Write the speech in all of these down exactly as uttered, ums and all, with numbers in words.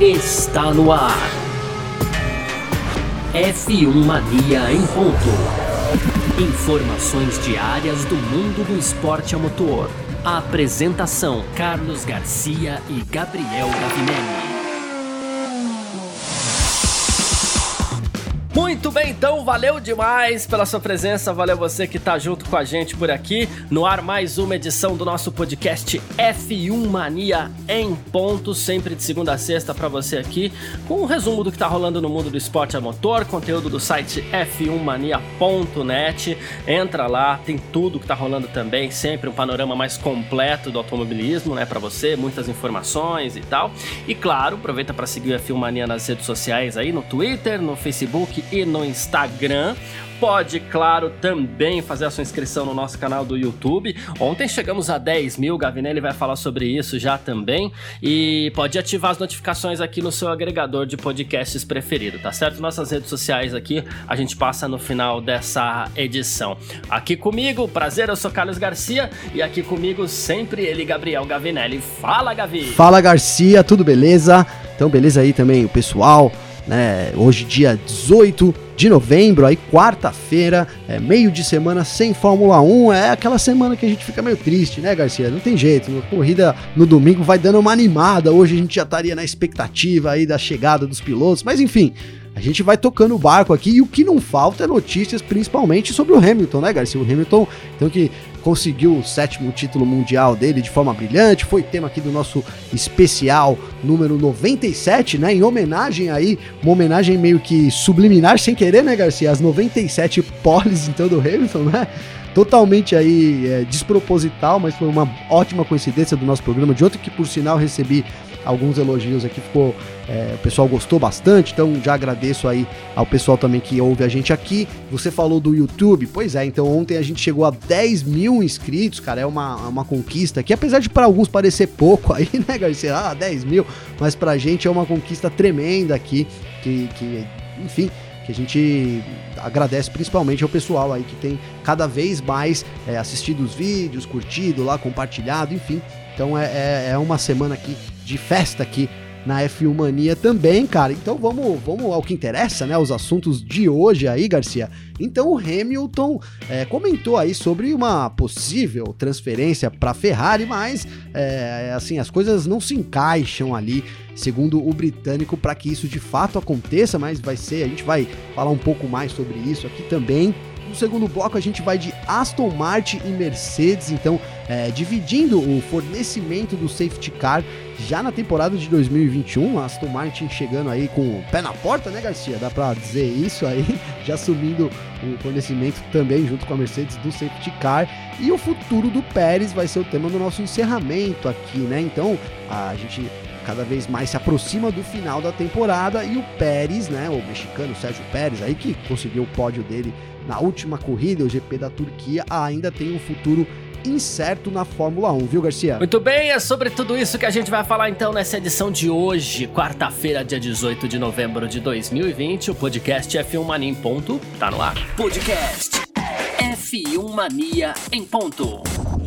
está no ar. F um Mania em ponto. Informações diárias do mundo do esporte a motor. A apresentação: Carlos Garcia e Gabriel Gavinelli. Muito bem, então, valeu demais pela sua presença, valeu você que tá junto com a gente por aqui, no ar mais uma edição do nosso podcast F um Mania em ponto, sempre de segunda a sexta pra você aqui, com um resumo do que tá rolando no mundo do esporte a motor, conteúdo do site f um mania ponto net, entra lá, tem tudo que tá rolando também, sempre um panorama mais completo do automobilismo, né, pra você, muitas informações e tal, e claro, aproveita pra seguir o F um Mania nas redes sociais aí, no Twitter, no Facebook e no Instagram. Pode, claro, também fazer a sua inscrição no nosso canal do YouTube. Ontem chegamos a dez mil, Gavinelli vai falar sobre isso já também. E pode ativar as notificações aqui no seu agregador de podcasts preferido, tá certo? Nossas redes sociais aqui, a gente passa no final dessa edição. Aqui comigo, prazer, eu sou Carlos Garcia. E aqui comigo sempre ele, Gabriel Gavinelli. Fala, Gavi! Fala, Garcia, tudo beleza? Então, beleza aí também o pessoal, né? Hoje, dia dezoito de novembro, aí quarta-feira, é meio de semana sem Fórmula um, é aquela semana que a gente fica meio triste, né, Garcia? Não tem jeito, a corrida no domingo vai dando uma animada, hoje a gente já estaria na expectativa aí da chegada dos pilotos, mas enfim, a gente vai tocando o barco aqui e o que não falta é notícias principalmente sobre o Hamilton, né, Garcia? O Hamilton, então, que conseguiu o sétimo título mundial dele de forma brilhante, foi tema aqui do nosso especial número noventa e sete, né, em homenagem aí, uma homenagem meio que subliminar, sem querer, né, Garcia, as noventa e sete poles, então, do Hamilton, né, totalmente aí é, desproposital, mas foi uma ótima coincidência do nosso programa de ontem, que por sinal recebi alguns elogios aqui, ficou, é, o pessoal gostou bastante, então já agradeço aí ao pessoal também que ouve a gente aqui. Você falou do YouTube, pois é, então ontem a gente chegou a dez mil inscritos, cara, é uma, uma conquista que apesar de para alguns parecer pouco aí, né, Garcia, ah, dez mil, mas pra gente é uma conquista tremenda aqui, que, que enfim, que a gente agradece principalmente ao pessoal aí que tem cada vez mais é, assistido os vídeos, curtido lá, compartilhado, enfim. Então é, é, é uma semana aqui de festa aqui na F um Mania também, cara. Então vamos, vamos ao que interessa, né? Os assuntos de hoje aí, Garcia. Então o Hamilton é, comentou aí sobre uma possível transferência para a Ferrari, mas é, assim, as coisas não se encaixam ali, segundo o britânico, para que isso de fato aconteça, mas vai ser, a gente vai falar um pouco mais sobre isso aqui também. No segundo bloco a gente vai de Aston Martin e Mercedes, então é, dividindo o fornecimento do safety car já na temporada de dois mil e vinte e um, a Aston Martin chegando aí com o pé na porta, né, Garcia? Dá pra dizer isso aí, já assumindo o fornecimento também junto com a Mercedes do safety car, e o futuro do Pérez vai ser o tema do nosso encerramento aqui, né? Então a gente cada vez mais se aproxima do final da temporada e o Pérez, né, o mexicano Sérgio Pérez aí, que conseguiu o pódio dele na última corrida, o G P da Turquia, ainda tem um futuro incerto na Fórmula um, viu, Garcia? Muito bem, é sobre tudo isso que a gente vai falar então nessa edição de hoje, quarta-feira, dia dezoito de novembro de dois mil e vinte, o podcast F um Mania em ponto, tá no ar. Podcast F um Mania em ponto.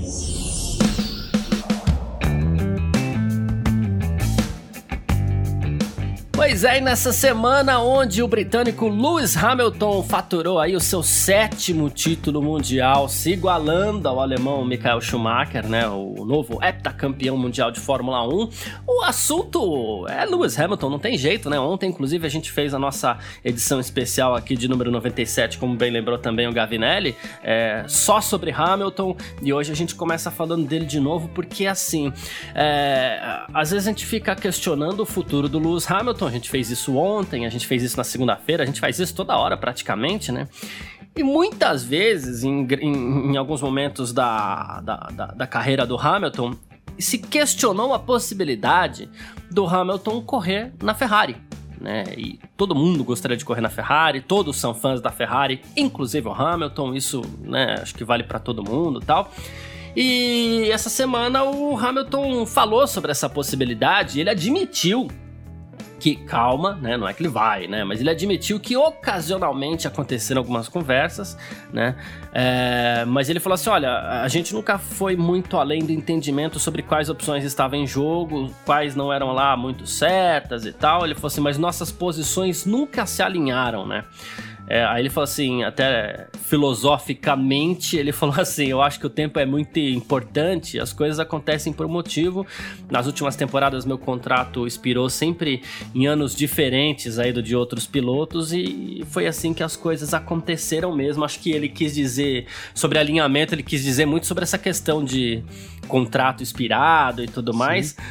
Pois é, e nessa semana onde o britânico Lewis Hamilton faturou aí o seu sétimo título mundial, se igualando ao alemão Michael Schumacher, né, o novo heptacampeão mundial de Fórmula um, o assunto é Lewis Hamilton, não tem jeito, né? Ontem, inclusive, a gente fez a nossa edição especial aqui de número noventa e sete, como bem lembrou também o Gavinelli, é, só sobre Hamilton, e hoje a gente começa falando dele de novo, porque assim, é, às vezes a gente fica questionando o futuro do Lewis Hamilton. A gente fez isso ontem, a gente fez isso na segunda-feira, a gente faz isso toda hora praticamente, né? E muitas vezes, em, em, em alguns momentos da, da, da, da carreira do Hamilton, se questionou a possibilidade do Hamilton correr na Ferrari, né? E todo mundo gostaria de correr na Ferrari, todos são fãs da Ferrari, inclusive o Hamilton, isso, né, acho que vale para todo mundo e tal. E essa semana o Hamilton falou sobre essa possibilidade, ele admitiu que, calma, né, não é que ele vai, né, mas ele admitiu que ocasionalmente aconteceram algumas conversas, né, é, mas ele falou assim, olha, a gente nunca foi muito além do entendimento sobre quais opções estavam em jogo, quais não eram lá muito certas e tal, ele falou assim, mas nossas posições nunca se alinharam, né. É, aí ele falou assim, até filosoficamente, ele falou assim, eu acho que o tempo é muito importante, as coisas acontecem por um motivo. Nas últimas temporadas meu contrato expirou sempre em anos diferentes aí do de outros pilotos e foi assim que as coisas aconteceram mesmo. Acho que ele quis dizer, sobre alinhamento, ele quis dizer muito sobre essa questão de contrato expirado e tudo mais, sim,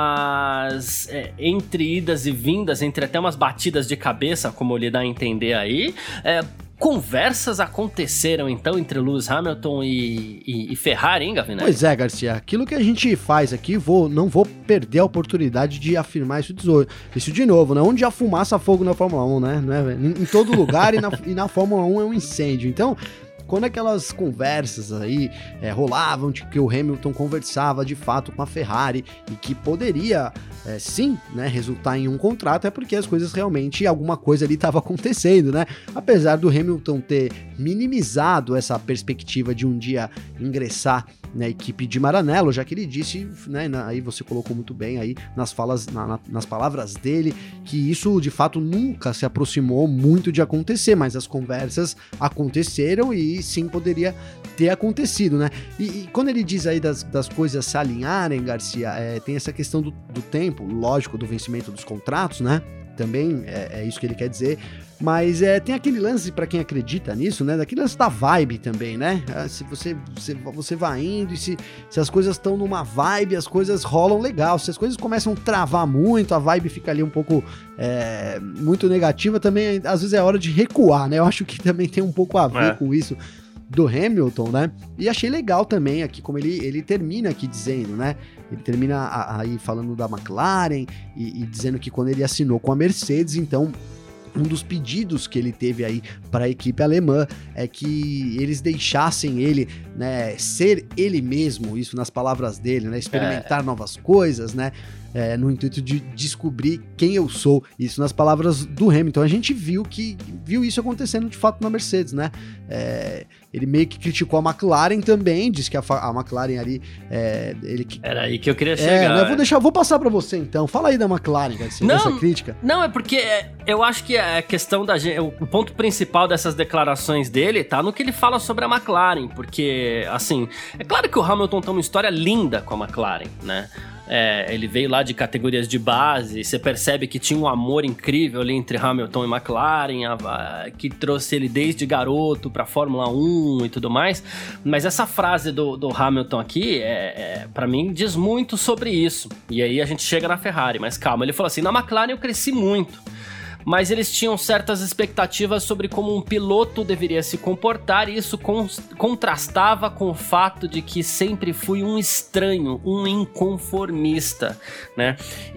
mas é, entre idas e vindas, entre até umas batidas de cabeça, como ele dá a entender aí, é, conversas aconteceram então entre Lewis Hamilton e, e, e Ferrari, hein, Gavinelli? Pois é, Garcia, aquilo que a gente faz aqui, vou, não vou perder a oportunidade de afirmar isso de, isso de novo, né? Onde há fumaça, fogo na Fórmula um, né? Não é, em, em todo lugar e, na, e na Fórmula um é um incêndio, então... Quando aquelas conversas aí é, rolavam de que o Hamilton conversava de fato com a Ferrari e que poderia é, sim, né, resultar em um contrato, é porque as coisas realmente, alguma coisa ali estava acontecendo, né? Apesar do Hamilton ter minimizado essa perspectiva de um dia ingressar na equipe de Maranello, já que ele disse, né, na, aí você colocou muito bem aí nas falas, na, na, nas palavras dele, que isso de fato nunca se aproximou muito de acontecer, mas as conversas aconteceram e sim poderia ter acontecido, né? E, e quando ele diz aí das, das coisas se alinharem, Garcia, é, tem essa questão do, do tempo, lógico, do vencimento dos contratos, né? Também é, é isso que ele quer dizer, mas é, tem aquele lance, pra quem acredita nisso, né, daquele lance da vibe também, né, se você, você, você vai indo e se, se as coisas estão numa vibe, as coisas rolam legal, se as coisas começam a travar muito, a vibe fica ali um pouco é, muito negativa, também às vezes é hora de recuar, né, eu acho que também tem um pouco a ver é. com isso do Hamilton, né, e achei legal também aqui, como ele, ele termina aqui dizendo, né, ele termina aí falando da McLaren e, e dizendo que quando ele assinou com a Mercedes, então um dos pedidos que ele teve aí para a equipe alemã é que eles deixassem ele, né, ser ele mesmo, isso nas palavras dele, né, experimentar é. novas coisas, né, é, no intuito de descobrir quem eu sou, isso nas palavras do Hamilton. A gente viu que viu isso acontecendo de fato na Mercedes, né, é, ele meio que criticou a McLaren também, disse que a, a McLaren ali, é, ele que... Era aí que eu queria chegar. É, né, eu vou deixar, vou passar para você então, fala aí da McLaren, cara, assim, dessa crítica. Não, é porque eu acho que a questão da gente, o ponto principal dessas declarações dele tá no que ele fala sobre a McLaren, porque, assim, é claro que o Hamilton tem uma história linda com a McLaren, né? É, ele veio lá de categorias de base, você percebe que tinha um amor incrível ali entre Hamilton e McLaren, a, a, que trouxe ele desde garoto pra Fórmula um e tudo mais, mas essa frase do, do Hamilton aqui, é, é, pra mim, diz muito sobre isso, e aí a gente chega na Ferrari, mas calma, ele falou assim, na McLaren eu cresci muito, mas eles tinham certas expectativas sobre como um piloto deveria se comportar e isso con- contrastava com o fato de que sempre fui um estranho, um inconformista, né?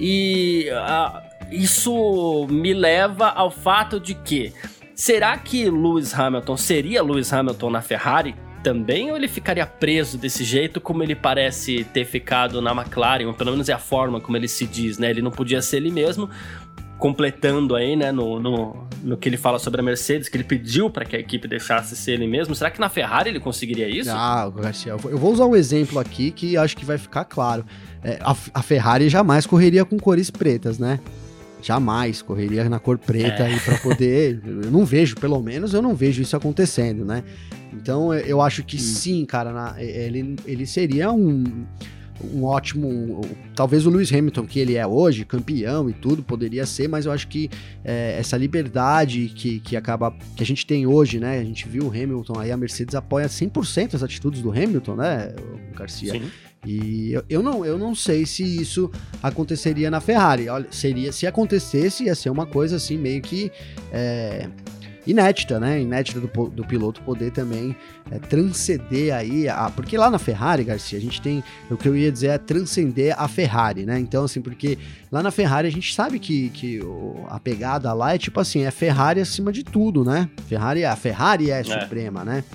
E uh, isso me leva ao fato de que, será que Lewis Hamilton seria Lewis Hamilton na Ferrari também, ou ele ficaria preso desse jeito como ele parece ter ficado na McLaren, ou pelo menos é a forma como ele se diz, né? Ele não podia ser ele mesmo, completando aí, né, no, no, no que ele fala sobre a Mercedes, que ele pediu para que a equipe deixasse ser ele mesmo. Será que na Ferrari ele conseguiria isso? Ah, Garcia, eu vou usar um exemplo aqui que acho que vai ficar claro. É, a, a Ferrari jamais correria com cores pretas, né? Jamais correria na cor preta é. aí para poder... Eu não vejo, pelo menos eu não vejo isso acontecendo, né? Então eu acho que hum. sim, cara, na, ele, ele seria um... um ótimo, talvez o Lewis Hamilton que ele é hoje, campeão e tudo, poderia ser, mas eu acho que é, essa liberdade que, que acaba, que a gente tem hoje, né, a gente viu o Hamilton aí, a Mercedes apoia cem por cento as atitudes do Hamilton, né, Garcia? Sim. E eu, eu, não, eu não sei se isso aconteceria na Ferrari. Olha, seria, se acontecesse, ia ser uma coisa assim, meio que é, inédita, né? Inédita do, do piloto poder também é, transcender aí, a, porque lá na Ferrari, Garcia, a gente tem, o que eu ia dizer é transcender a Ferrari, né? Então, assim, porque lá na Ferrari a gente sabe que, que o, a pegada lá é tipo assim, é Ferrari acima de tudo, né? Ferrari, a Ferrari é, é. suprema, né?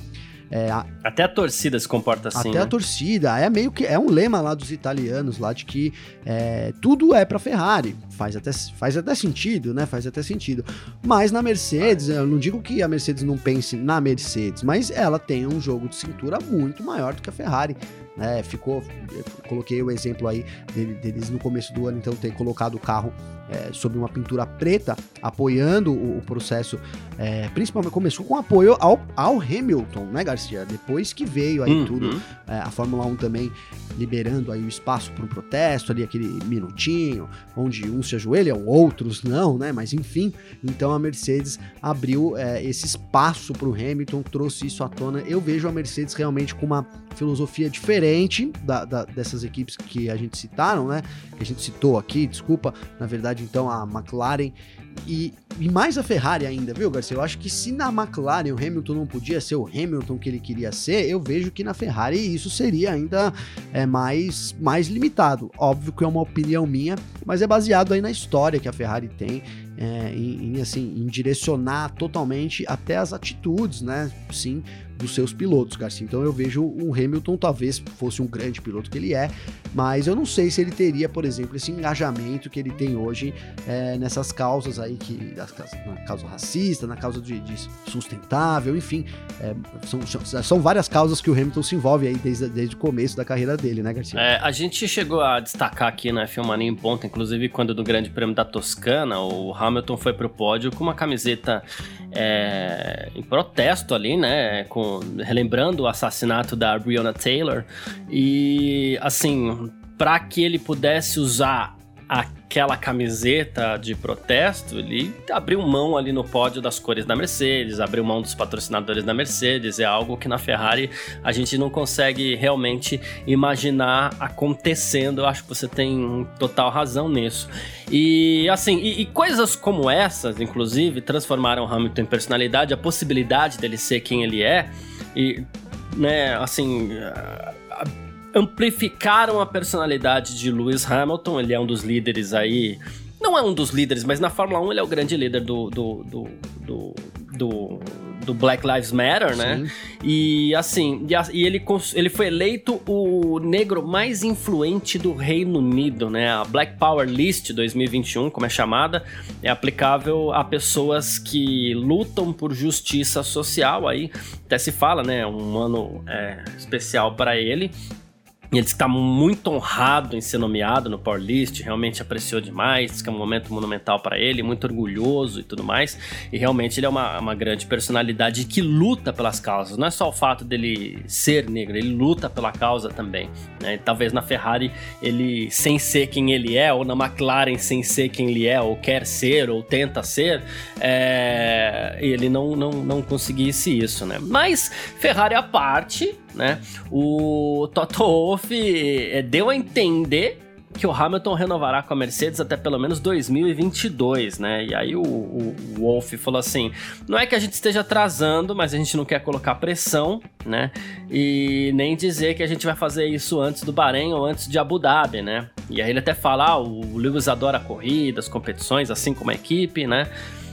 É, a, até a torcida se comporta assim. Até né? a torcida, é meio que, é um lema lá dos italianos, lá de que é, tudo é pra Ferrari, faz até, faz até sentido, né, faz até sentido, mas na Mercedes, eu não digo que a Mercedes não pense na Mercedes, mas ela tem um jogo de cintura muito maior do que a Ferrari, né, ficou, eu coloquei o exemplo aí dele, deles no começo do ano, então ter colocado o carro é, sob uma pintura preta, apoiando o, o processo, é, principalmente começou com apoio ao, ao Hamilton, né, Garcia, depois que veio aí uhum. tudo, é, a Fórmula um também liberando aí o espaço para um protesto, ali aquele minutinho, onde uns se ajoelham, outros não, né, mas enfim, então a Mercedes abriu é, esse espaço para o Hamilton, trouxe isso à tona. Eu vejo a Mercedes realmente com uma filosofia diferente da, da, dessas equipes que a gente citaram, né, que a gente citou aqui, desculpa, na verdade então a McLaren e, e mais a Ferrari ainda, viu, Garcia? Eu acho que se na McLaren o Hamilton não podia ser o Hamilton que ele queria ser, eu vejo que na Ferrari isso seria ainda é, mais, mais limitado. Óbvio que é uma opinião minha, mas é baseado aí na história que a Ferrari tem, é, em, em, assim, em direcionar totalmente até as atitudes, né, sim, dos seus pilotos, Garcia. Então eu vejo o Hamilton talvez fosse um grande piloto que ele é, mas eu não sei se ele teria, por exemplo, esse engajamento que ele tem hoje é, nessas causas aí, que, na causa racista, na causa de, de sustentável, enfim, é, são, são várias causas que o Hamilton se envolve aí desde, desde o começo da carreira dele, né, Garcia? É, a gente chegou a destacar aqui na F um Mania em Ponta, inclusive quando do Grande Prêmio da Toscana, o Hamilton foi pro pódio com uma camiseta é, em protesto ali, né, com relembrando o assassinato da Breonna Taylor, e assim, para que ele pudesse usar aquela camiseta de protesto, ele abriu mão ali no pódio das cores da Mercedes, abriu mão dos patrocinadores da Mercedes, é algo que na Ferrari a gente não consegue realmente imaginar acontecendo. Eu acho que você tem total razão nisso. E assim, e, e coisas como essas, inclusive, transformaram o Hamilton em personalidade, a possibilidade dele ser quem ele é, e, né, assim, amplificaram a personalidade de Lewis Hamilton. Ele é um dos líderes aí, não é um dos líderes, mas na Fórmula um ele é o grande líder do, do, do, do, do, do Black Lives Matter, né? Sim. E assim, e ele, ele foi eleito o negro mais influente do Reino Unido, né? A Black Power List dois mil e vinte e um, como é chamada, é aplicável a pessoas que lutam por justiça social. Aí até se fala, né? Um ano é, especial para ele. E ele disse que está muito honrado em ser nomeado no Power List, realmente apreciou demais, disse que é um momento monumental para ele, muito orgulhoso e tudo mais. E realmente ele é uma, uma grande personalidade que luta pelas causas. Não é só o fato dele ser negro, ele luta pela causa também, né? Talvez na Ferrari ele, sem ser quem ele é, ou na McLaren sem ser quem ele é, ou quer ser, ou tenta ser, é... ele não, não, não conseguisse isso, né? Mas Ferrari à parte, né? O Toto Wolff deu a entender que o Hamilton renovará com a Mercedes até pelo menos dois mil e vinte e dois, né? E aí o, o, o Wolff falou assim, não é que a gente esteja atrasando, mas a gente não quer colocar pressão, né? E nem dizer que a gente vai fazer isso antes do Bahrein ou antes de Abu Dhabi, né? E aí ele até fala, ah, o Lewis adora corridas, competições, assim como a equipe, né?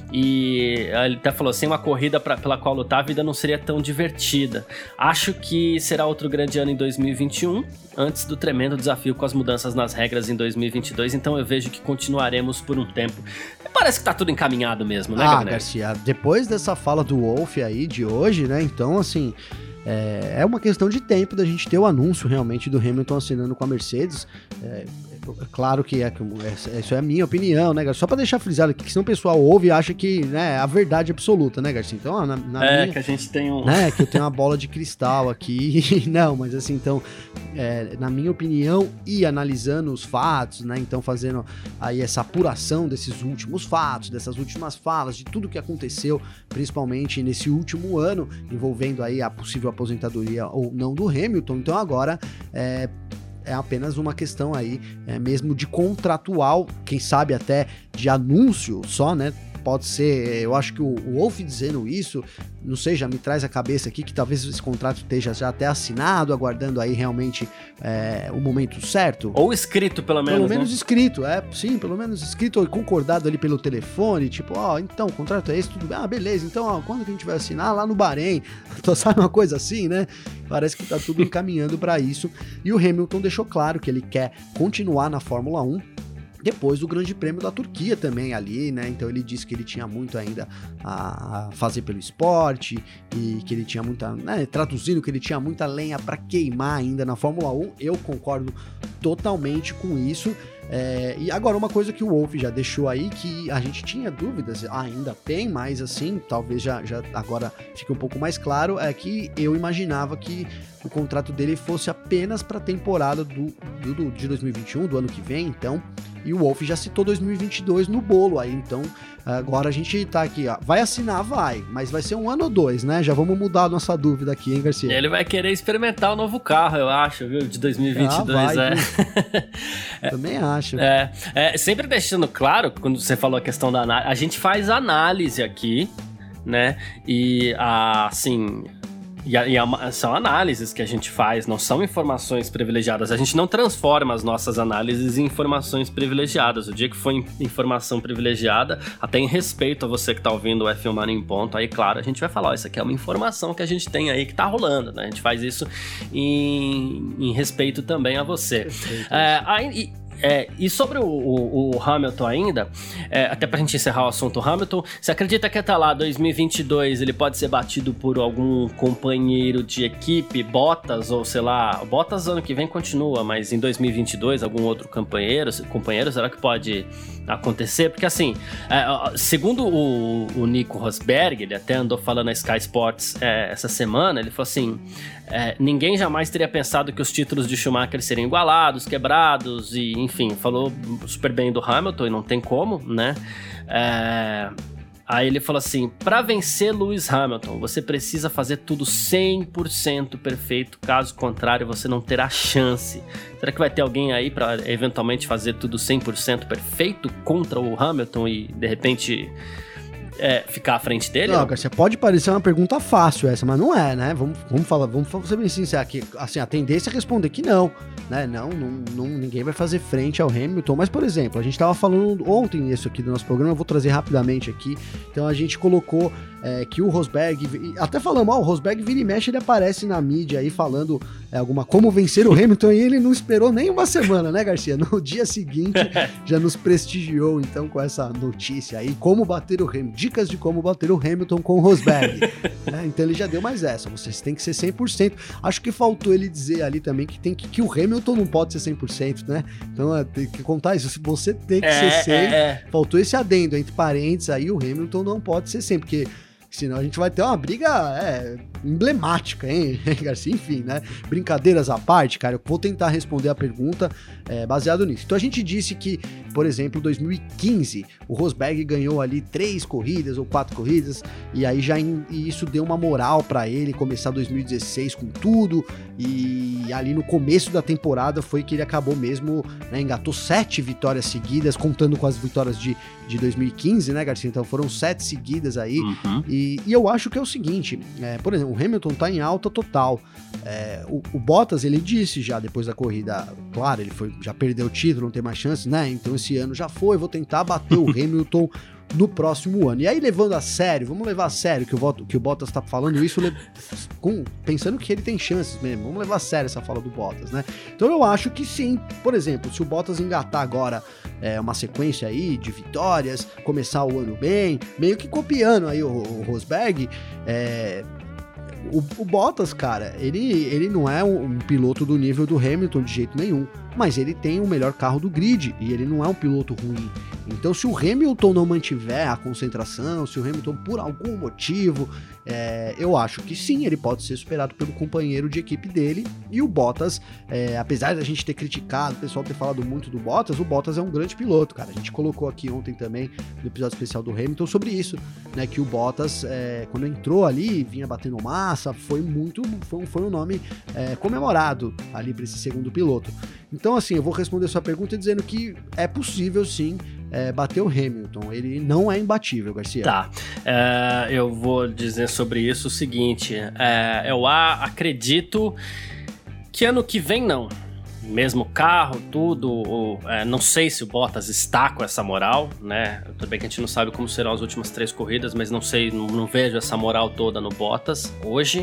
E ele até falou, sem uma corrida pra, pela qual lutar, a vida não seria tão divertida. Acho que será outro grande ano em dois mil e vinte e um, antes do tremendo desafio com as mudanças nas regras em dois mil e vinte e dois, então eu vejo que continuaremos por um tempo. Parece que tá tudo encaminhado mesmo, né, Ah, Gabriel? Garcia, depois dessa fala do Wolff aí de hoje, né, então assim, é, é uma questão de tempo da gente ter o anúncio realmente do Hamilton assinando com a Mercedes. É, é claro que é, é, isso é a minha opinião, né, Garcia? Só pra deixar frisado aqui, que senão o pessoal ouve e acha que, né, é a verdade absoluta, né, Garcia? Então, na, na é, minha, que a gente tem um... Né, que eu tenho uma bola de cristal aqui, não, mas assim, então, é, na minha opinião, e analisando os fatos, né, então fazendo aí essa apuração desses últimos fatos, dessas últimas falas, de tudo que aconteceu, principalmente nesse último ano, envolvendo aí a possível aposentadoria ou não do Hamilton, então agora, é... é apenas uma questão aí, é, mesmo de contratual, quem sabe até de anúncio só, né? pode ser, eu acho que o, o Wolff dizendo isso, não sei, já me traz a cabeça aqui que talvez esse contrato esteja já até assinado, aguardando aí realmente é, o momento certo. Ou escrito, pelo menos. Pelo menos né? escrito, é, sim, pelo menos escrito ou concordado ali pelo telefone, tipo, ó, oh, então, o contrato é esse, tudo bem, ah, beleza, então, ó, quando que a gente vai assinar? Lá no Bahrein, então, sabe uma coisa assim, né? Parece que tá tudo encaminhando para isso, e o Hamilton deixou claro que ele quer continuar na Fórmula um, depois do Grande Prêmio da Turquia também ali, né, então ele disse que ele tinha muito ainda a fazer pelo esporte e que ele tinha muita, né, traduzindo que ele tinha muita lenha para queimar ainda na Fórmula um, eu concordo totalmente com isso. É, e agora uma coisa que o Wolff já deixou aí, que a gente tinha dúvidas, ainda tem, mas assim, talvez já, já agora fique um pouco mais claro, é que eu imaginava que o contrato dele fosse apenas para a temporada do, do, do, de dois mil e vinte e um, do ano que vem, então, e o Wolff já citou dois mil e vinte e dois no bolo aí, então agora a gente tá aqui, ó, vai assinar, vai, mas vai ser um ano ou dois, né? Já vamos mudar a nossa dúvida aqui, hein, Garcia? Ele vai querer experimentar o novo carro, eu acho, viu, de dois mil e vinte e dois, ah, vai, é. é. Também acho. É, é, sempre deixando claro, quando você falou a questão da análise, a gente faz análise aqui, né, e assim... E, a, e a, são análises que a gente faz, não são informações privilegiadas. A gente não transforma as nossas análises em informações privilegiadas. O dia que for informação privilegiada, até em respeito a você que está ouvindo o F um Mano em Ponto, aí, claro, a gente vai falar, ó, isso aqui é uma informação que a gente tem aí que tá rolando, né? A gente faz isso em, em respeito também a você. Perfeito, é, aí, É, e sobre o, o, o Hamilton ainda, é, até pra gente encerrar o assunto Hamilton, você acredita que até lá, dois mil e vinte e dois, ele pode ser batido por algum companheiro de equipe, Bottas, ou sei lá, Bottas ano que vem continua, mas em dois mil e vinte e dois, algum outro companheiro, companheiro será que pode acontecer? Porque assim, é, segundo o, o Nico Rosberg, ele até andou falando na Sky Sports é, essa semana, ele falou assim, é, ninguém jamais teria pensado que os títulos de Schumacher seriam igualados, quebrados e enfim, falou super bem do Hamilton e não tem como, né? É... Aí ele falou assim, para vencer Lewis Hamilton, você precisa fazer tudo cem por cento perfeito, caso contrário você não terá chance. Será que vai ter alguém aí para eventualmente fazer tudo cem por cento perfeito contra o Hamilton e de repente... É, ficar à frente dele? Não, Garcia, pode parecer uma pergunta fácil essa, mas não é, né? Vamos, vamos falar, vamos ser bem sinceros aqui. Assim, a tendência é responder que não, né? Não, não, não, ninguém vai fazer frente ao Hamilton. Mas, por exemplo, a gente estava falando ontem isso aqui do nosso programa, eu vou trazer rapidamente aqui. Então, a gente colocou é, que o Rosberg, até falamos, ó, o Rosberg vira e mexe, ele aparece na mídia aí falando é, alguma como vencer o Hamilton e ele não esperou nem uma semana, né, Garcia? No dia seguinte já nos prestigiou, então, com essa notícia aí, como bater o Hamilton. Dicas de como bater o Hamilton com o Rosberg. Né? Então ele já deu mais essa, vocês têm que ser cem por cento. Acho que faltou ele dizer ali também que, tem que, que o Hamilton não pode ser cem por cento, né? Então é, tem que contar isso, se você tem que é, ser cem por cento, é, é. Faltou esse adendo, entre parênteses aí, o Hamilton não pode ser cem por cento, porque senão a gente vai ter uma briga é, emblemática, hein, Garcia? Enfim, né? Brincadeiras à parte, cara, eu vou tentar responder a pergunta é, baseado nisso. Então a gente disse que, por exemplo, em dois mil e quinze, o Rosberg ganhou ali três corridas ou quatro corridas, e aí já em, e isso deu uma moral pra ele começar dois mil e dezesseis com tudo, e ali no começo da temporada foi que ele acabou mesmo, né, engatou sete vitórias seguidas, contando com as vitórias de, de dois mil e quinze, né, Garcia? Então foram sete seguidas aí, uhum. e E, e eu acho que é o seguinte, é, por exemplo, o Hamilton tá em alta total, é, o, o Bottas, ele disse já depois da corrida, claro, ele foi, já perdeu o título, não tem mais chance, né, então esse ano já foi, vou tentar bater o Hamilton no próximo ano. E aí, levando a sério, vamos levar a sério que o, que o Bottas tá falando isso, com, pensando que ele tem chances mesmo, vamos levar a sério essa fala do Bottas, né? Então eu acho que sim, por exemplo, se o Bottas engatar agora é, uma sequência aí de vitórias, começar o ano bem, meio que copiando aí o, o Rosberg, é... O, o Bottas, cara, ele, ele não é um, um piloto do nível do Hamilton de jeito nenhum, mas ele tem o melhor carro do grid e ele não é um piloto ruim. Então, se o Hamilton não mantiver a concentração, se o Hamilton por algum motivo, é, eu acho que sim, ele pode ser superado pelo companheiro de equipe dele. E o Bottas, é, apesar da gente ter criticado, o pessoal ter falado muito do Bottas, o Bottas é um grande piloto, cara. A gente colocou aqui ontem também, no episódio especial do Hamilton, sobre isso, né, que o Bottas, é, quando entrou ali, vinha batendo massa, foi muito, foi, foi um nome é, comemorado ali para esse segundo piloto. Então, assim, eu vou responder sua pergunta dizendo que é possível, sim, é, bater o Hamilton. Ele não é imbatível, Garcia. Tá, é, eu vou dizer sobre isso o seguinte, é, eu acredito que ano que vem não. Mesmo carro, tudo, ou, é, não sei se o Bottas está com essa moral, né? Tudo bem que a gente não sabe como serão as últimas três corridas, mas não sei, não, não vejo essa moral toda no Bottas hoje.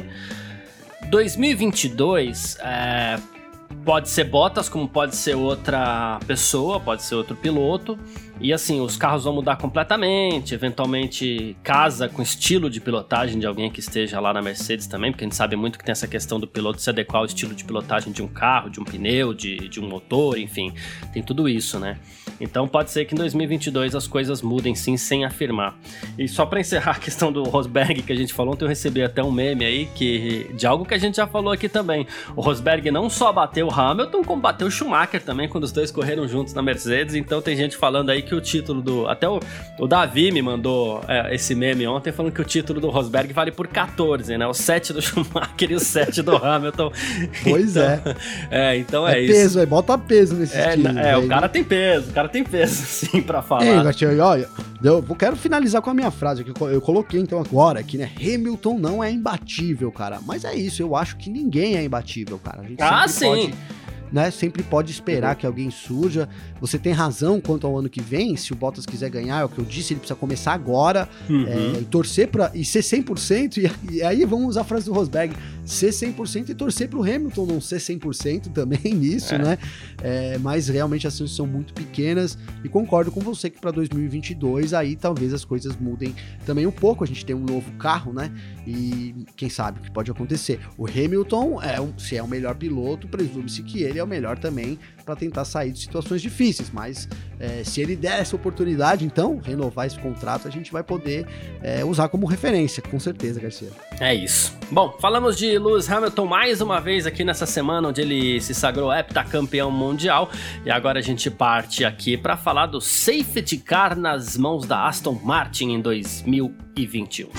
dois mil e vinte e dois, é, pode ser Bottas, como pode ser outra pessoa, pode ser outro piloto. E assim, os carros vão mudar completamente, eventualmente casa com o estilo de pilotagem de alguém que esteja lá na Mercedes também, porque a gente sabe muito que tem essa questão do piloto se adequar ao estilo de pilotagem de um carro, de um pneu, de, de um motor, enfim, tem tudo isso, né? Então pode ser que em dois mil e vinte e dois as coisas mudem sim, sem afirmar. E só pra encerrar a questão do Rosberg que a gente falou, ontem eu recebi até um meme aí que, de algo que a gente já falou aqui também. O Rosberg não só bateu o Hamilton, como bateu o Schumacher também, quando os dois correram juntos na Mercedes. Então tem gente falando aí que o título do... Até o, o Davi me mandou é, esse meme ontem falando que o título do Rosberg vale por quatorze, né? O sete do Schumacher e o sete do Hamilton. Pois então, é. É, então é, é isso. Peso, é, bota peso nesse é, título. É, o cara tem peso, o cara tem peso, sim, pra falar. Ei, Garcia, olha, eu quero finalizar com a minha frase que eu coloquei então agora aqui, né? Hamilton não é imbatível, cara. Mas é isso, eu acho que ninguém é imbatível, cara. A gente ah, sim. Pode, né, sempre pode esperar uhum. que alguém surja. Você tem razão quanto ao ano que vem. Se o Bottas quiser ganhar, é o que eu disse, ele precisa começar agora uhum. é, e torcer pra e ser cem por cento. E, e aí vamos usar a frase do Rosberg: ser cem por cento e torcer pro Hamilton não ser cem por cento também nisso, é. né? É, mas realmente as chances são muito pequenas. E concordo com você que para dois mil e vinte e dois aí talvez as coisas mudem também um pouco. A gente tem um novo carro, né? E quem sabe o que pode acontecer. O Hamilton, é um, se é o melhor piloto, presume-se que ele é o melhor também para tentar sair de situações difíceis, mas é, se ele der essa oportunidade, então, renovar esse contrato, a gente vai poder é, usar como referência, com certeza, Garcia. É isso. Bom, falamos de Lewis Hamilton mais uma vez aqui nessa semana, onde ele se sagrou heptacampeão mundial, e agora a gente parte aqui para falar do safety car nas mãos da Aston Martin em dois mil e vinte e um.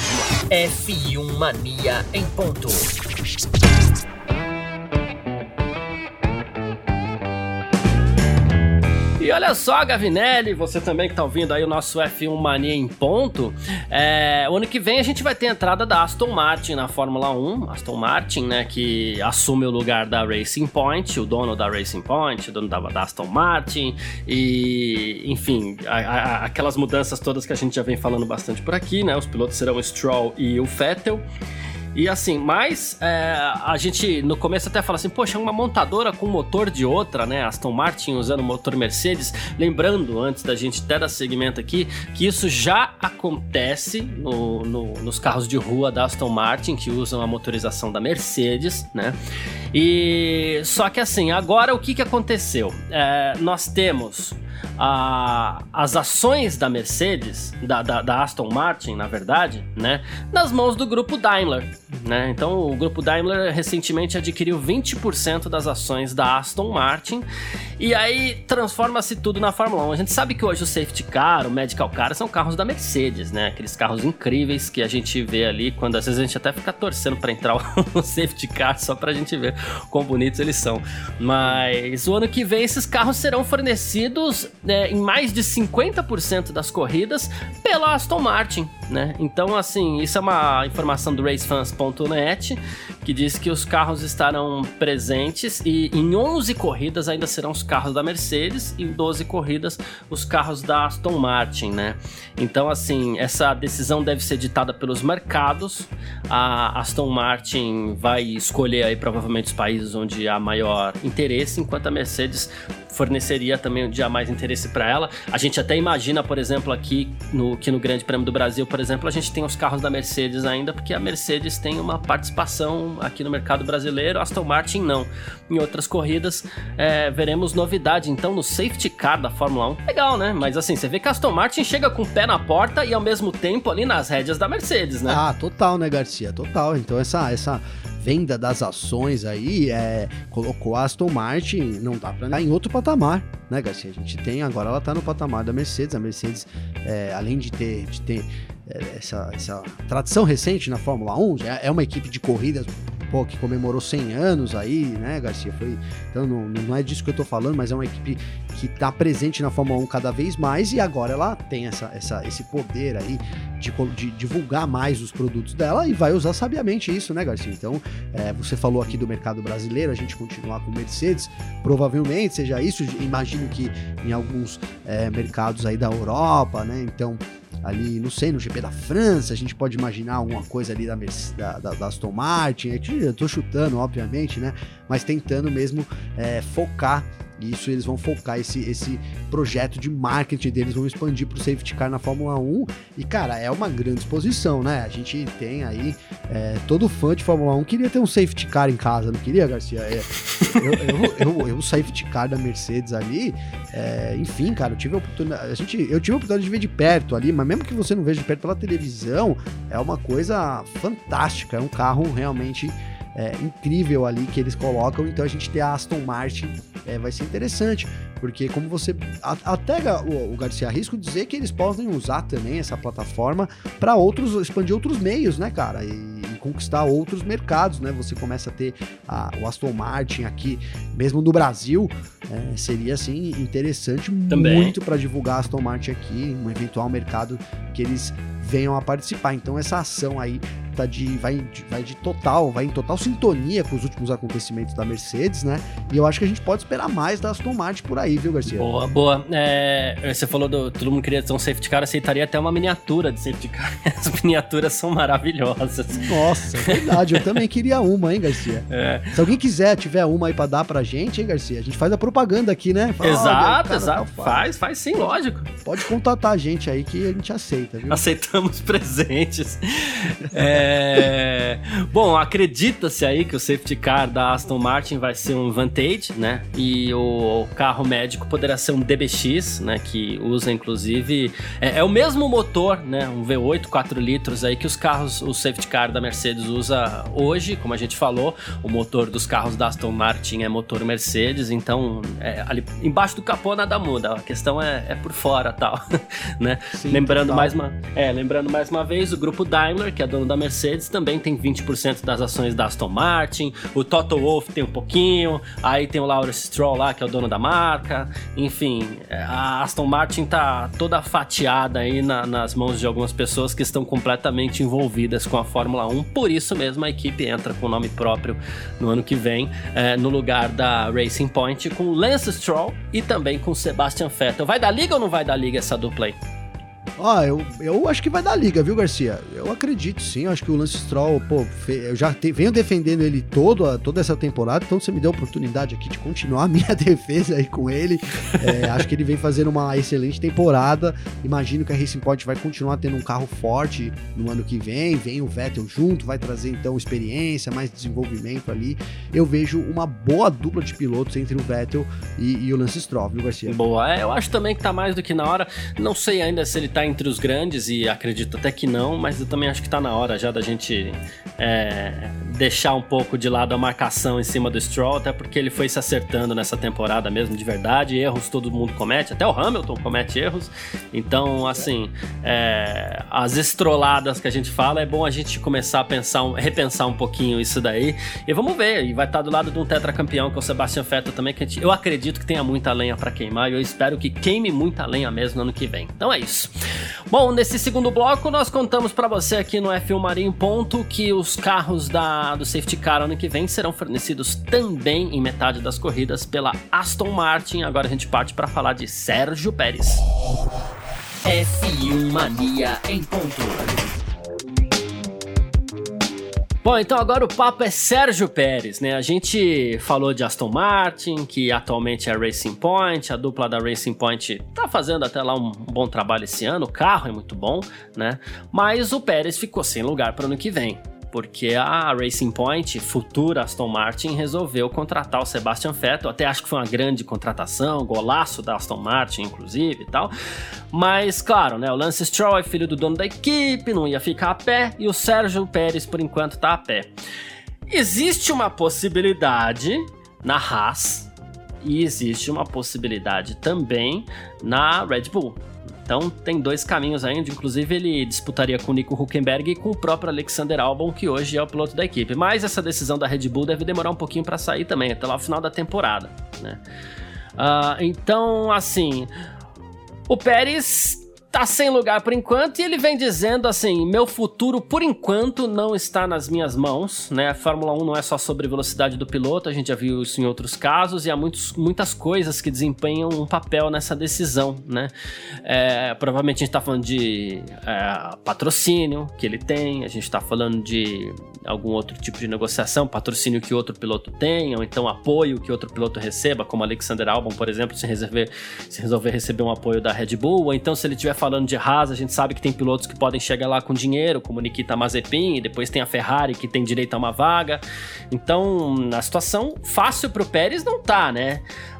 F um Mania em ponto. E olha só, Gavinelli, você também que tá ouvindo aí o nosso F um Mania em ponto, é, o ano que vem a gente vai ter a entrada da Aston Martin na Fórmula um, Aston Martin, né, que assume o lugar da Racing Point, o dono da Racing Point, o dono da, da Aston Martin, e enfim, a, a, aquelas mudanças todas que a gente já vem falando bastante por aqui, né, os pilotos serão o Stroll e o Vettel. E assim, mas é, a gente no começo até fala assim, poxa, uma montadora com motor de outra, né? Aston Martin usando motor Mercedes. Lembrando, antes da gente até dar segmento aqui, que isso já acontece no, no, nos carros de rua da Aston Martin, que usam a motorização da Mercedes, né? E só que assim, agora o que, que aconteceu? É, nós temos a, as ações da Mercedes, da, da, da Aston Martin, na verdade, né? Nas mãos do grupo Daimler. Né? Então o grupo Daimler recentemente adquiriu vinte por cento das ações da Aston Martin e aí transforma-se tudo na Fórmula um. A gente sabe que hoje o safety car, o medical car são carros da Mercedes, né? Aqueles carros incríveis que a gente vê ali, quando às vezes a gente até fica torcendo para entrar o safety car só pra gente ver quão bonitos eles são. Mas o ano que vem esses carros serão fornecidos né, em mais de cinquenta por cento das corridas pela Aston Martin, né? Então assim, isso é uma informação do racefans ponto net, que diz que os carros estarão presentes e em onze corridas ainda serão os carros da Mercedes e em doze corridas os carros da Aston Martin, né? Então, assim, essa decisão deve ser ditada pelos mercados. A Aston Martin vai escolher aí provavelmente os países onde há maior interesse, enquanto a Mercedes forneceria também onde há mais interesse para ela. A gente até imagina, por exemplo, aqui no, que no Grande Prêmio do Brasil, por exemplo, a gente tem os carros da Mercedes ainda, porque a Mercedes tem uma participação aqui no mercado brasileiro, a Aston Martin não. Em outras corridas, é, veremos novidade, então, no safety car da Fórmula um. Legal, né? Mas assim, você vê que a Aston Martin chega com o pé na porta e ao mesmo tempo ali nas rédeas da Mercedes, né? Ah, total, né, Garcia? Total. Então essa... essa... venda das ações aí, é, colocou a Aston Martin, não dá pra estar em outro patamar, né, Garcia? A gente tem, agora ela tá no patamar da Mercedes, a Mercedes, é, além de ter, de ter é, essa, essa tradição recente na Fórmula um, já é uma equipe de corridas pô, que comemorou cem anos aí, né, Garcia? Foi, então não, não é disso que eu tô falando, mas é uma equipe que tá presente na Fórmula um cada vez mais e agora ela tem essa, essa, esse poder aí de, de divulgar mais os produtos dela e vai usar sabiamente isso, né, Garcia? Então, é, você falou aqui do mercado brasileiro, a gente continuar com Mercedes, provavelmente seja isso, imagino que em alguns é, mercados aí da Europa, né, então ali, não sei, no G P da França, a gente pode imaginar alguma coisa ali da, da, da, da Aston Martin, aqui eu tô chutando, obviamente, né, mas tentando mesmo é, focar isso, eles vão focar esse, esse projeto de marketing deles, vão expandir pro safety car na Fórmula um e, cara, é uma grande exposição, né? A gente tem aí, é, todo fã de Fórmula um queria ter um safety car em casa, não queria, Garcia? É, eu, eu, eu, eu, o safety car da Mercedes ali, é, enfim, cara, eu tive a oportunidade, a gente, eu tive a oportunidade de ver de perto ali, mas mesmo que você não veja de perto pela televisão, é uma coisa fantástica, é um carro realmente É, incrível ali que eles colocam, então a gente ter a Aston Martin é, vai ser interessante, porque como você a, até o, o Garcia arrisco dizer que eles podem usar também essa plataforma para outros, expandir outros meios, né, cara, e, e conquistar outros mercados, né, você começa a ter a, o Aston Martin aqui, mesmo no Brasil, é, seria assim interessante também. Muito para divulgar a Aston Martin aqui, um eventual mercado que eles venham a participar, então essa ação aí tá de, vai, vai de total, vai em total sintonia com os últimos acontecimentos da Mercedes, né? E eu acho que a gente pode esperar mais da Aston Martin por aí, viu, Garcia? Boa, boa. É, você falou do todo mundo queria ter um safety car, aceitaria até uma miniatura de safety car. As miniaturas são maravilhosas. Nossa, é verdade. Eu também queria uma, hein, Garcia? É. Se alguém quiser, tiver uma aí pra dar pra gente, hein, Garcia? A gente faz a propaganda aqui, né? Fala, exato, exato. Tá, faz, faz sim, lógico. Pode contatar a gente aí que a gente aceita, viu? Aceitamos presentes. É... É... Bom, acredita-se aí que o safety car da Aston Martin vai ser um Vantage, né? E o carro médico poderá ser um D B X, né? Que usa, inclusive... É, é o mesmo motor, né? Um V oito, quatro litros aí que os carros, o safety car da Mercedes usa hoje, como a gente falou. O motor dos carros da Aston Martin é motor Mercedes, então é, ali embaixo do capô nada muda. A questão é, é por fora, tal, né? Sim, lembrando, mais uma, é, lembrando mais uma vez, o grupo Daimler, que é dono da Mercedes, Mercedes também tem vinte por cento das ações da Aston Martin, o Toto Wolff tem um pouquinho, aí tem o Lawrence Stroll lá, que é o dono da marca, enfim, a Aston Martin tá toda fatiada aí na, nas mãos de algumas pessoas que estão completamente envolvidas com a Fórmula um, por isso mesmo a equipe entra com o nome próprio no ano que vem, é, no lugar da Racing Point, com Lance Stroll e também com Sebastian Vettel. Vai dar liga ou não vai dar liga essa dupla aí? Ó, eu, eu acho que vai dar liga, viu, Garcia? Eu acredito sim, eu acho que o Lance Stroll, pô, eu já te, venho defendendo ele todo, toda essa temporada, então você me deu a oportunidade aqui de continuar a minha defesa aí com ele. É, acho que ele vem fazendo uma excelente temporada, imagino que a Racing Point vai continuar tendo um carro forte no ano que vem, vem o Vettel junto, vai trazer então experiência, mais desenvolvimento ali. Eu vejo uma boa dupla de pilotos entre o Vettel e, e o Lance Stroll, viu, Garcia? Boa, é, eu acho também que tá mais do que na hora, não sei ainda se ele tá entre os grandes e acredito até que não, mas eu também acho que tá na hora já da gente é, deixar um pouco de lado a marcação em cima do Stroll, até porque ele foi se acertando nessa temporada mesmo, de verdade, erros todo mundo comete, até o Hamilton comete erros, então assim, é, as estroladas que a gente fala, é bom a gente começar a pensar, um, repensar um pouquinho isso daí, e vamos ver, e vai estar do lado de um tetracampeão que é o Sebastian Vettel também, que a gente, eu acredito que tenha muita lenha pra queimar, e eu espero que queime muita lenha mesmo no ano que vem, então é isso. Bom, nesse segundo bloco nós contamos para você aqui no F um Mania em Ponto que os carros da, do Safety Car ano que vem serão fornecidos também em metade das corridas pela Aston Martin. Agora a gente parte para falar de Sérgio Pérez. F um Mania em Ponto. Bom, então agora o papo é Sérgio Pérez, né? A gente falou de Aston Martin, que atualmente é Racing Point, a dupla da Racing Point tá fazendo até lá um bom trabalho esse ano, o carro é muito bom, né? Mas o Pérez ficou sem lugar para o ano que vem, porque a Racing Point, futura Aston Martin, resolveu contratar o Sebastian Vettel. Até acho que foi uma grande contratação, golaço da Aston Martin, inclusive, e tal. Mas, claro, né, o Lance Stroll é filho do dono da equipe, não ia ficar a pé, e o Sérgio Pérez, por enquanto, tá a pé. Existe uma possibilidade na Haas, e existe uma possibilidade também na Red Bull. Então tem dois caminhos ainda, inclusive ele disputaria com o Nico Hülkenberg e com o próprio Alexander Albon, que hoje é o piloto da equipe. Mas essa decisão da Red Bull deve demorar um pouquinho para sair também, até lá o final da temporada, né? Uh, então, assim, o Pérez tá sem lugar por enquanto e ele vem dizendo assim, meu futuro por enquanto não está nas minhas mãos, né? A Fórmula um não é só sobre velocidade do piloto, a gente já viu isso em outros casos e há muitos, muitas coisas que desempenham um papel nessa decisão, né? É, provavelmente a gente tá falando de é, patrocínio que ele tem, a gente tá falando de algum outro tipo de negociação, patrocínio que outro piloto tem, ou então apoio que outro piloto receba, como Alexander Albon, por exemplo, se resolver, se resolver receber um apoio da Red Bull, ou então se ele estiver falando de Haas, a gente sabe que tem pilotos que podem chegar lá com dinheiro, como Nikita Mazepin, e depois tem a Ferrari que tem direito a uma vaga. Então, a situação fácil pro Pérez não tá, né?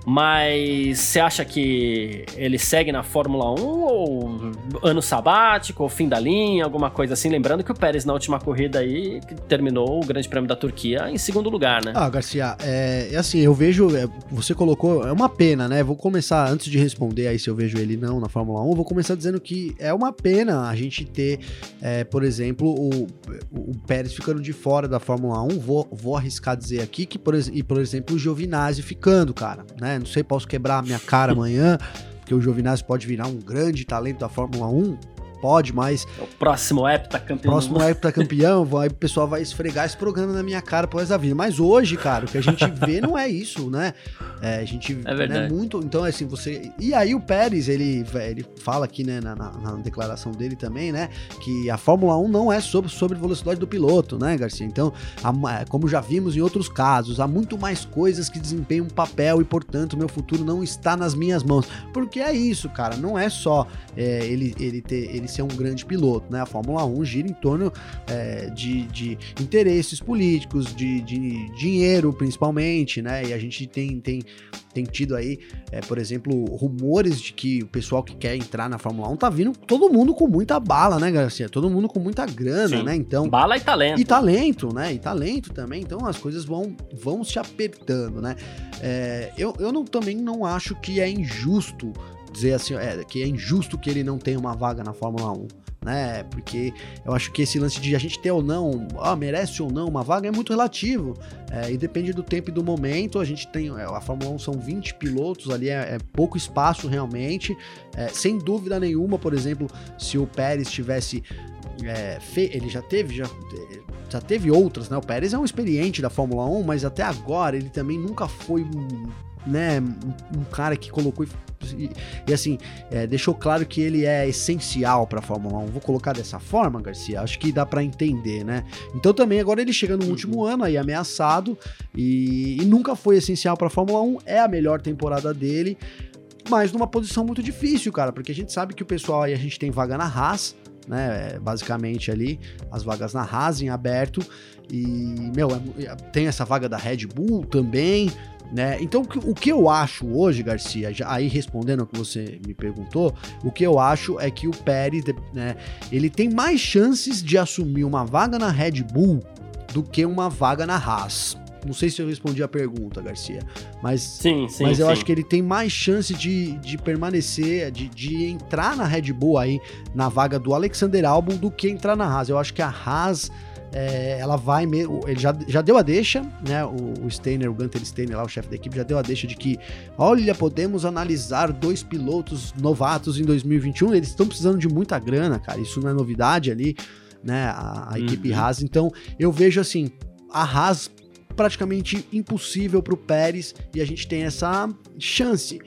Mas você acha que ele segue na Fórmula um ou ano sabático, ou fim da linha, alguma coisa assim? Lembrando que o Pérez na última corrida aí terminou o Grande Prêmio da Turquia em segundo lugar, né? Ah, Garcia, é, é assim, eu vejo, é, você colocou, é uma pena, né? Vou começar, antes de responder aí se eu vejo ele não na Fórmula um, vou começar dizendo que é uma pena a gente ter, é, por exemplo, o, o Pérez ficando de fora da Fórmula um, vou, vou arriscar dizer aqui que, por, e, por exemplo, o Giovinazzi ficando, cara, né? Não sei, posso quebrar a minha cara amanhã, porque o Giovinazzi pode virar um grande talento da Fórmula um, pode, mas... É o próximo heptacampeão. Próximo heptacampeão, aí o pessoal vai esfregar esse programa na minha cara por resto da vida. Mas hoje, cara, o que a gente vê não é isso, né? É, a gente é verdade. Né, muito... Então, assim, você... E aí o Pérez, ele, ele fala aqui, né, na, na, na declaração dele também, né, que a Fórmula um não é sobre, sobre velocidade do piloto, né, Garcia? Então, a, como já vimos em outros casos, há muito mais coisas que desempenham um papel e, portanto, meu futuro não está nas minhas mãos. Porque é isso, cara, não é só é, ele, ele ter... Ele ser um grande piloto, né? A Fórmula um gira em torno é, de, de interesses políticos, de, de dinheiro principalmente, né? E a gente tem, tem, tem tido aí, é, por exemplo, rumores de que o pessoal que quer entrar na Fórmula um tá vindo todo mundo com muita bala, né, Garcia? Todo mundo com muita grana, Sim. né? Então, bala e talento. E talento, né? E talento também. Então as coisas vão, vão se apertando, né? É, eu eu não, também não acho que é injusto dizer assim, é, que é injusto que ele não tenha uma vaga na Fórmula um, né, porque eu acho que esse lance de a gente ter ou não, ah, merece ou não uma vaga é muito relativo, é, e depende do tempo e do momento. A gente tem, a Fórmula um são vinte pilotos ali, é, é pouco espaço realmente, é, sem dúvida nenhuma. Por exemplo, se o Pérez tivesse, é, fe, ele já teve, já... já teve outras, né, o Pérez é um experiente da Fórmula um, mas até agora ele também nunca foi um, né, um, um cara que colocou e, e, e assim, é, deixou claro que ele é essencial pra Fórmula um. Vou colocar dessa forma, Garcia, acho que dá pra entender, né? Então também agora ele chega no uhum. último ano aí ameaçado e, e nunca foi essencial pra Fórmula um, é a melhor temporada dele, mas numa posição muito difícil, cara, porque a gente sabe que o pessoal aí, a gente tem vaga na Haas, né, basicamente ali, as vagas na Haas em aberto, e, meu, tem essa vaga da Red Bull também, né, então o que eu acho hoje, Garcia, já, aí respondendo ao que você me perguntou, o que eu acho é que o Pérez, né, ele tem mais chances de assumir uma vaga na Red Bull do que uma vaga na Haas. Não sei se eu respondi a pergunta, Garcia, mas, sim, sim, mas eu sim. acho que ele tem mais chance de, de permanecer, de, de entrar na Red Bull aí, na vaga do Alexander Albon, do que entrar na Haas. Eu acho que a Haas, é, ela vai mesmo, ele já, já deu a deixa, né, o, o Steiner, o Gunter Steiner lá, o chefe da equipe, já deu a deixa de que, olha, podemos analisar dois pilotos novatos em dois mil e vinte e um, eles estão precisando de muita grana, cara, isso não é novidade ali, né, a, a equipe uhum. Haas. Então eu vejo assim, a Haas praticamente impossível para o Pérez, e a gente tem essa chance,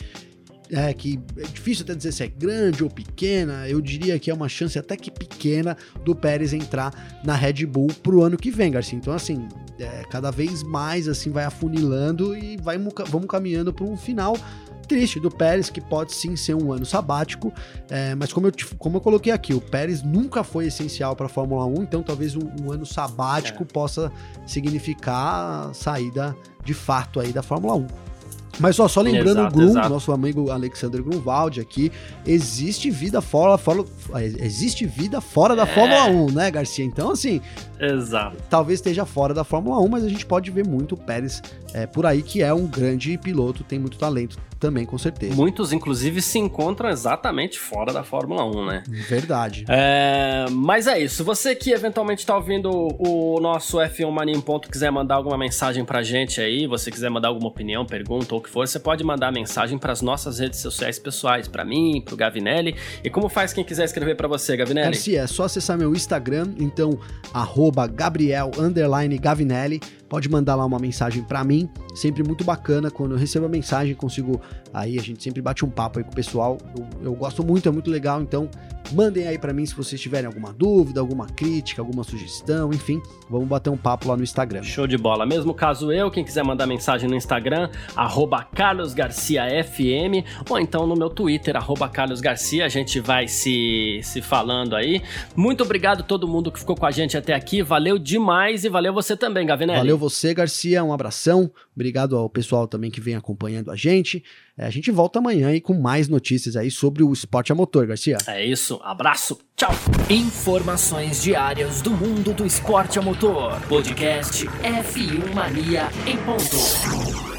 é, que é difícil até dizer se é grande ou pequena, eu diria que é uma chance até que pequena do Pérez entrar na Red Bull pro ano que vem, Garcia. Então assim, é, cada vez mais assim vai afunilando e vai, vamos caminhando para um final triste do Pérez, que pode sim ser um ano sabático, é, mas como eu, como eu coloquei aqui, o Pérez nunca foi essencial para a Fórmula um, então talvez um, um ano sabático é. possa significar a saída de fato aí da Fórmula um. Mas ó, só lembrando exato, o Grum, exato. nosso amigo Alexander Grunwald aqui, existe vida fora, fora existe vida fora da é. Fórmula um, né, Garcia? Então, assim, exato. talvez esteja fora da Fórmula um, mas a gente pode ver muito o Pérez é, por aí, que é um grande piloto, tem muito talento também, com certeza. Muitos, inclusive, se encontram exatamente fora da Fórmula um, né? Verdade. É, mas é isso. Você que eventualmente tá ouvindo o nosso F um Mania em Ponto, quiser mandar alguma mensagem pra gente aí, você quiser mandar alguma opinião, pergunta ou o que for, você pode mandar mensagem pras nossas redes sociais pessoais, pra mim, pro Gavinelli. E como faz quem quiser escrever pra você, Gavinelli? Garcia, é só acessar meu Instagram, então, arroba Gabriel underline Gavinelli. Pode mandar lá uma mensagem pra mim, sempre muito bacana. Quando eu recebo a mensagem, consigo, aí a gente sempre bate um papo aí com o pessoal. Eu, eu gosto muito, é muito legal, então mandem aí pra mim se vocês tiverem alguma dúvida, alguma crítica, alguma sugestão, enfim, vamos bater um papo lá no Instagram. Show de bola. Mesmo caso eu, quem quiser mandar mensagem no Instagram, arroba Carlos Garcia F M, ou então no meu Twitter, arroba Carlos Garcia, a gente vai se, se falando aí. Muito obrigado a todo mundo que ficou com a gente até aqui, valeu demais e valeu você também, Gavinelli. Valeu você, Garcia, um abração, obrigado ao pessoal também que vem acompanhando a gente. É, a gente volta amanhã aí com mais notícias aí sobre o esporte a motor, Garcia. É isso, abraço, tchau! Informações diárias do mundo do esporte a motor. Podcast F um Mania em ponto.